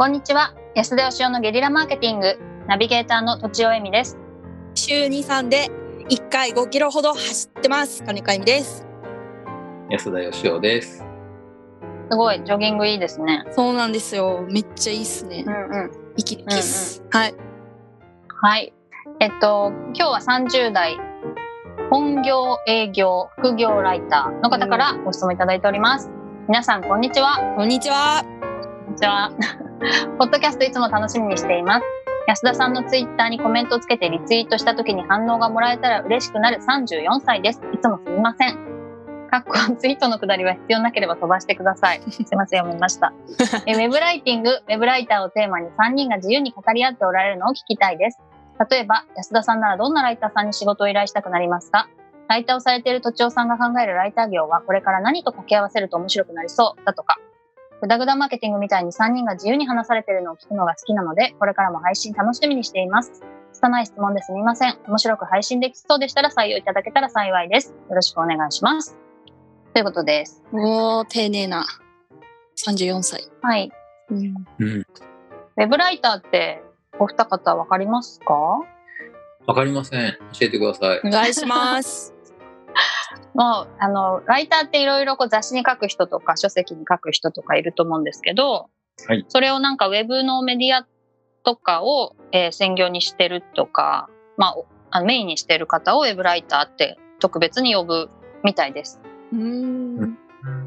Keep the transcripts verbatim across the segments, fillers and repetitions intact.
こんにちは。安田義雄のゲリラマーケティングナビゲーターのとちおえみです。 週に、さんでいっかいごキロほど走ってます金子恵美です。 安田義雄です。 すごいジョギングいいですね。 そうなんですよ。めっちゃいいっすね。 うんうん。 息抜きっす、うんうん、はいはいえっと今日はさんじゅう代本業営業副業ライターの方からご質問いただいております。皆さんこんにちは。 こんにちは。 こんにちは。ポッドキャストいつも楽しみにしています。安田さんのツイッターにコメントをつけてリツイートした時に反応がもらえたら嬉しくなるさんじゅうよんさいです。いつもすみません。かっこツイートのくだりは必要なければ飛ばしてください。すいません、読みましたえウェブライティング、ウェブライターをテーマにさんにんが自由に語り合っておられるのを聞きたいです。例えば安田さんならどんなライターさんに仕事を依頼したくなりますか？ライターをされているとちおさんが考えるライター業はこれから何と掛け合わせると面白くなりそうだとか、グダグダマーケティングみたいにさんにんが自由に話されているのを聞くのが好きなので、これからも配信楽しみにしています。拙い質問ですみません。面白く配信できそうでしたら採用いただけたら幸いです。よろしくお願いします。ということです。 おー、丁寧なさんじゅうよんさい。 はい、 うんうん、 ウェブライターってお二方わかりますか？ わかりません。教えてください。 お願いしますもうあのライターっていろいろ雑誌に書く人とか書籍に書く人とかいると思うんですけど、 はい、 それをなんかウェブのメディアとかを、えー、専業にしてるとか、まあ、メインにしてる方をウェブライターって特別に呼ぶみたいです。 うーん、 うん、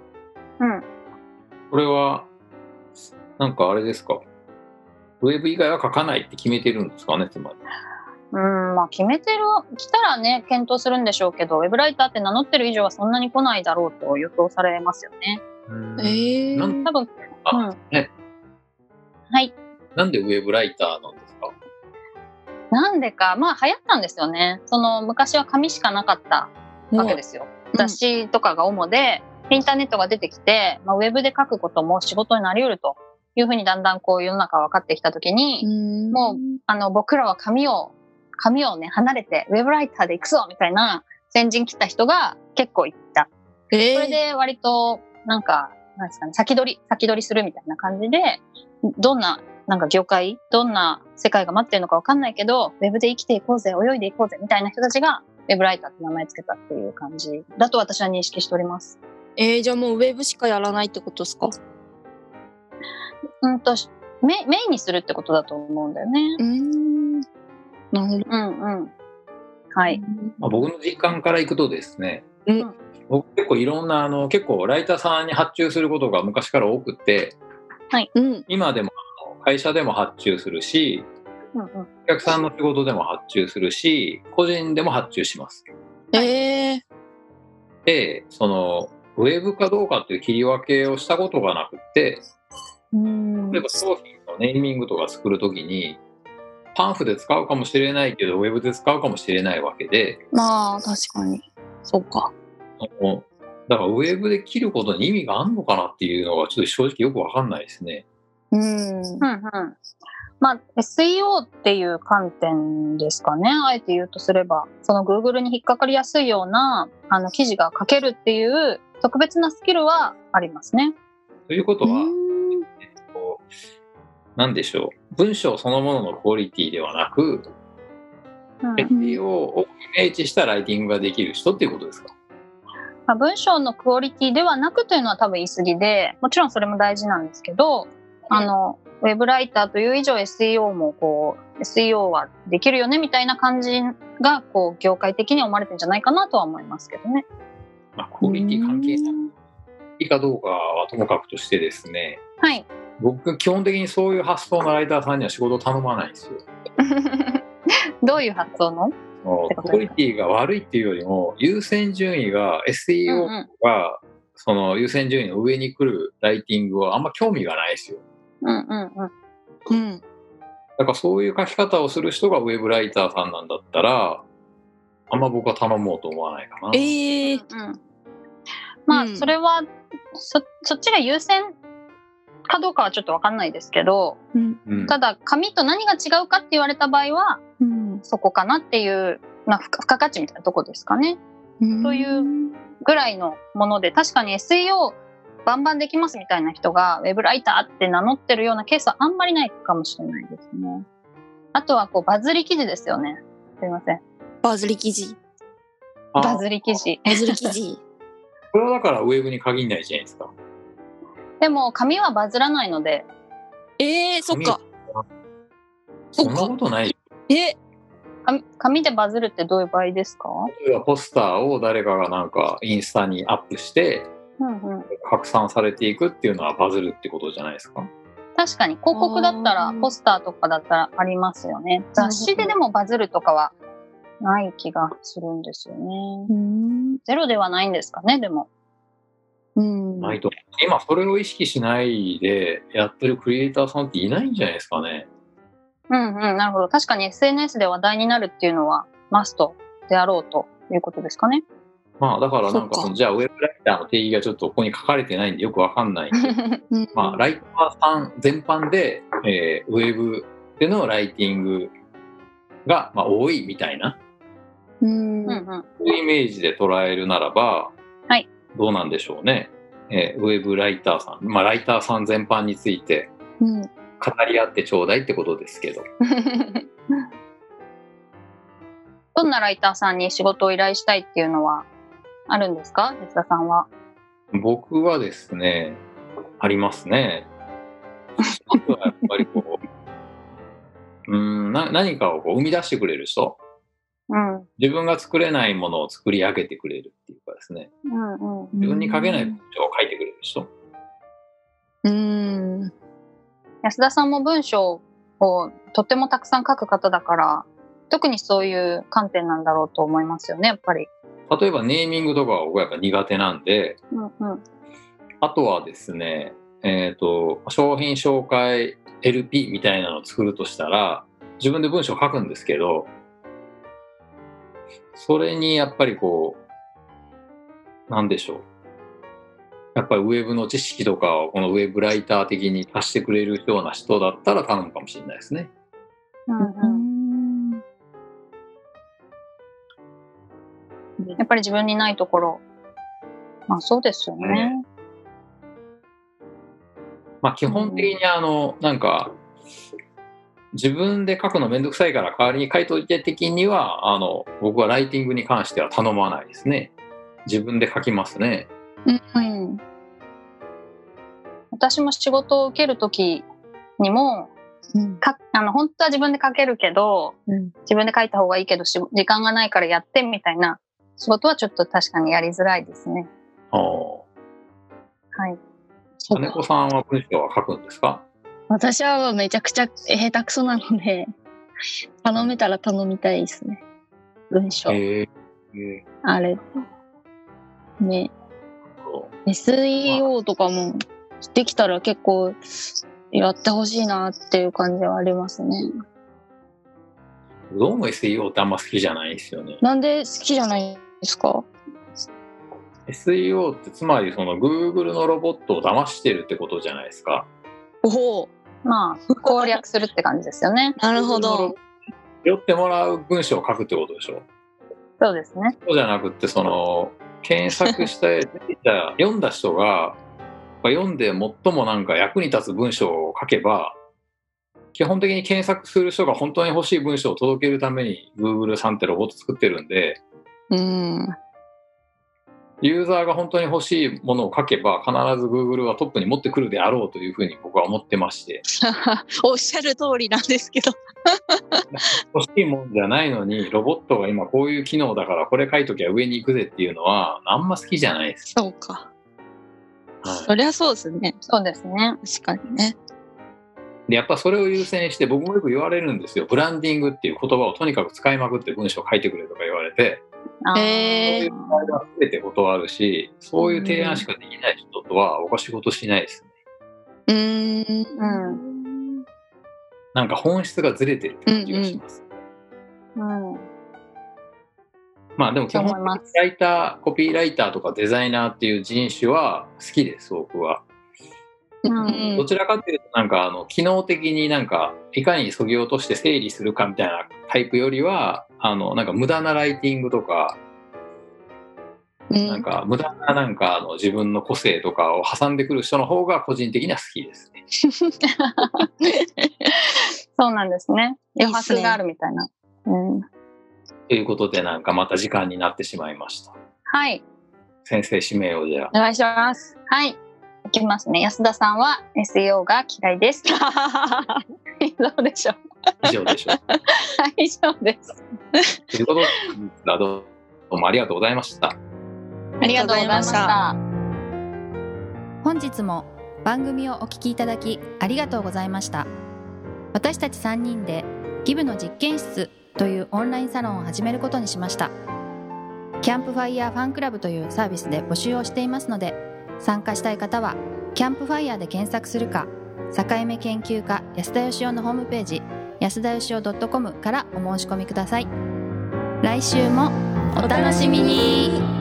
これはなんかあれですか、ウェブ以外は書かないって決めてるんですかね、つまり。 うんまあ、決めてる来たらね検討するんでしょうけど、ウェブライターって名乗ってる以上はそんなに来ないだろうと予想されますよね。 うんえー、 なん多分あ、 うんね、 はい。 なんでウェブライターなんですか？ なんでか、まあ流行ったんですよね。その昔は紙しかなかったわけですよ。雑誌とかが主で、インターネットが出てきて、まあ、ウェブで書くことも仕事になり得るというふうにだんだんこう世の中分かってきたときに、 うんもうあの僕らは紙を紙をね離れてウェブライターで行くぞみたいな先陣切った人が結構いた。 えー、 それで割となんかなんですかね、先取り先取りするみたいな感じで、どんななんか業界どんな世界が待ってるのか分かんないけど、ウェブで生きていこうぜ泳いでいこうぜみたいな人たちがウェブライターって名前つけたっていう感じだと私は認識しております。 えー、じゃあもうウェブしかやらないってことですか？ うんとメ、メインにするってことだと思うんだよね。 うーん、なるほど。 うんうんはい、 まあ、僕の実感からいくとですね、 うん、 僕結構いろんなあの結構ライターさんに発注することが昔から多くて、 はいうん、 今でも会社でも発注するし、 うんうん、 お客さんの仕事でも発注するし、個人でも発注します。 はい、 えー、 で、そのウェブかどうかっていう切り分けをしたことがなくて、 うん例えば商品のネーミングとか作るときにパンフで使うかもしれないけどウェブで使うかもしれないわけで、 まあ確かにそうか。 だからウェブで切ることに意味があるのかなっていうのがちょっと正直よく分かんないですね。 うん、 うんうんまあ、エスイーオー っていう観点ですかね。あえて言うとすれば、その Google に引っかかりやすいようなあの記事が書けるっていう特別なスキルはありますね。 ということは、 うんえっと、何でしょう、文章そのもののクオリティではなく、 うんエスイーオー をイメージしたライティングができる人っていうことですか？ まあ、文章のクオリティではなくというのは多分言い過ぎで、もちろんそれも大事なんですけど、あのウェブライターという以上 エスイーオー もこう エスイーオー はできるよねみたいな感じがこう業界的に思われてるんじゃないかなとは思いますけどね。 まあ、クオリティ関係ないいいかどうかはともかくとしてですね、 はい。 僕基本的にそういう発想のライターさんには仕事を頼まないんですよ。 どういう発想の？ クオリティが悪いっていうよりも優先順位が エスイーオー がその優先順位の上に来るライティングはあんま興味がないですよ。 うんうんうんうん、 だからそういう書き方をする人がウェブライターさんなんだったらあんま僕は頼もうと思わないかな。 えー、 うん、まあ、うん、それは そ, そっちが優先かどうかはちょっと分かんないですけど、 うんうん、ただ紙と何が違うかって言われた場合は、うん、そこかなっていう、まあ、付加価値みたいなとこですかね、うん、というぐらいのもので、確かに エスイーオーバンバンできますみたいな人がウェブライターって名乗ってるようなケースはあんまりないかもしれないですね。あとはこうバズり記事ですよね。すいません。 バズり記事。 バズり記事。 バズり記事。 これはだからウェブに限らないじゃないですか。 でも紙はバズらないので。 えー、そっか。 そんなことない。 え紙でバズるってどういう場合ですか？ 例えばポスターを誰かがなんかインスタにアップして、うんうん、拡散されていくっていうのはバズるってことじゃないですか。 確かに広告だったらポスターとかだったらありますよね。雑誌ででもバズるとかはない気がするんですよね。うんゼロではないんですかね。でもうんないと今それを意識しないでやってるクリエイターさんっていないんじゃないですかね。 うんうん、なるほど。確かに エスエヌエス で話題になるっていうのはマストであろうということですかね。 まあだからなんかそのじゃあウェブライターの定義がちょっとここに書かれてないんでよくわかんないんでまあライターさん全般で、えー、ウェブでのライティングが、まあ、多いみたいな、うんうん、そういうイメージで捉えるならば、はい、どうなんでしょうね、えー、ウェブライターさん、まあ、ライターさん全般について、うん語り合ってちょうだいってことですけどどんなライターさんに仕事を依頼したいっていうのはあるんですか、安田さんは。 僕はですねありますね。僕はやっぱりこううんな何かをこう生み出してくれる人、うん、自分が作れないものを作り上げてくれるっていうかですね、うんうん、自分に書けない文章を書いてくれる人。 うん安田さんも文章をとってもたくさん書く方だから特にそういう観点なんだろうと思いますよね。やっぱり例えばネーミングとかは僕はやっぱ苦手なんで、うんうん、あとはですね、えーと、商品紹介 エルピー みたいなのを作るとしたら自分で文章を書くんですけどそれにやっぱりこうなんでしょうやっぱりウェブの知識とかをこのウェブライター的に足してくれるような人だったら頼むかもしれないですね。うんうん、 やっぱり自分にないところ、まあそうですよね。ねまあ基本的にあの、うん、なんか自分で書くのめんどくさいから代わりに書いといて的にはあの僕はライティングに関しては頼まないですね。自分で書きますね。うん、 私も仕事を受けるときにも、うん、かあの本当は自分で書けるけど、うん、自分で書いた方がいいけど時間がないからやってみたいな仕事はちょっと確かにやりづらいですね。あはい。 金子さんは文章は書くんですか？ 私はめちゃくちゃ下手くそなので頼めたら頼みたいですね。文章。えーえー、あれね。エスイーオー とかもできたら結構やってほしいなっていう感じはありますね。 どうも エスイーオー ってあんま好きじゃないですよね。 なんで好きじゃないですか？ エスイーオー ってつまりその Google のロボットを騙してるってことじゃないですか。 おお、まあ攻略するって感じですよね。 なるほど。 寄ってもらう文章を書くってことでしょ。 そうですね。 そうじゃなくってその検索して読んだ人が読んで最もなんか役に立つ文章を書けば基本的に検索する人が本当に欲しい文章を届けるために Google さんってロボット作ってるんで、うんユーザーが本当に欲しいものを書けば必ず Google はトップに持ってくるであろうというふうに僕は思ってましておっしゃる通りなんですけど欲しいもんじゃないのにロボットが今こういう機能だからこれ書いときゃ上に行くぜっていうのはあんま好きじゃないです。 そうか、はい、そりゃそうですね。 そうですね。 確かにね。 でやっぱそれを優先して僕もよく言われるんですよ。ブランディングっていう言葉をとにかく使いまくって文章を書いてくれとか言われてえー、そういう場合は全て断るしそういう提案しかできない人とは僕は仕事しないですね。うーんなんか本質がずれてるって感じがします。うんうん、まあでも基本的にライターコピーライターとかデザイナーっていう人種は好きです僕は。うん、どちらかというとなんかあの機能的になんかいかに削ぎ落として整理するかみたいなタイプよりはあのなんか無駄なライティングとかなんか無駄ななんかあの自分の個性とかを挟んでくる人の方が個人的には好きですね。 そうなんですね。余白があるみたいな。うん。 ということでなんかまた時間になってしまいました。 はい。 先生指名をじゃあ。 お願いします。 はい。いきますね。安田さんは エスイーオー が嫌いです。どうでしょう。 以上でしょう。 以上です。 ということでどうもありがとうございました。 ありがとうございました。 本日も番組をお聞きいただきありがとうございました。私たちさんにんでギブの実験室というオンラインサロンを始めることにしました。キャンプファイヤーファンクラブというサービスで募集をしていますので、参加したい方はキャンプファイヤーで検索するか、境目研究家安田義雄のホームページ安田義雄 .com からお申し込みください。来週もお楽しみに。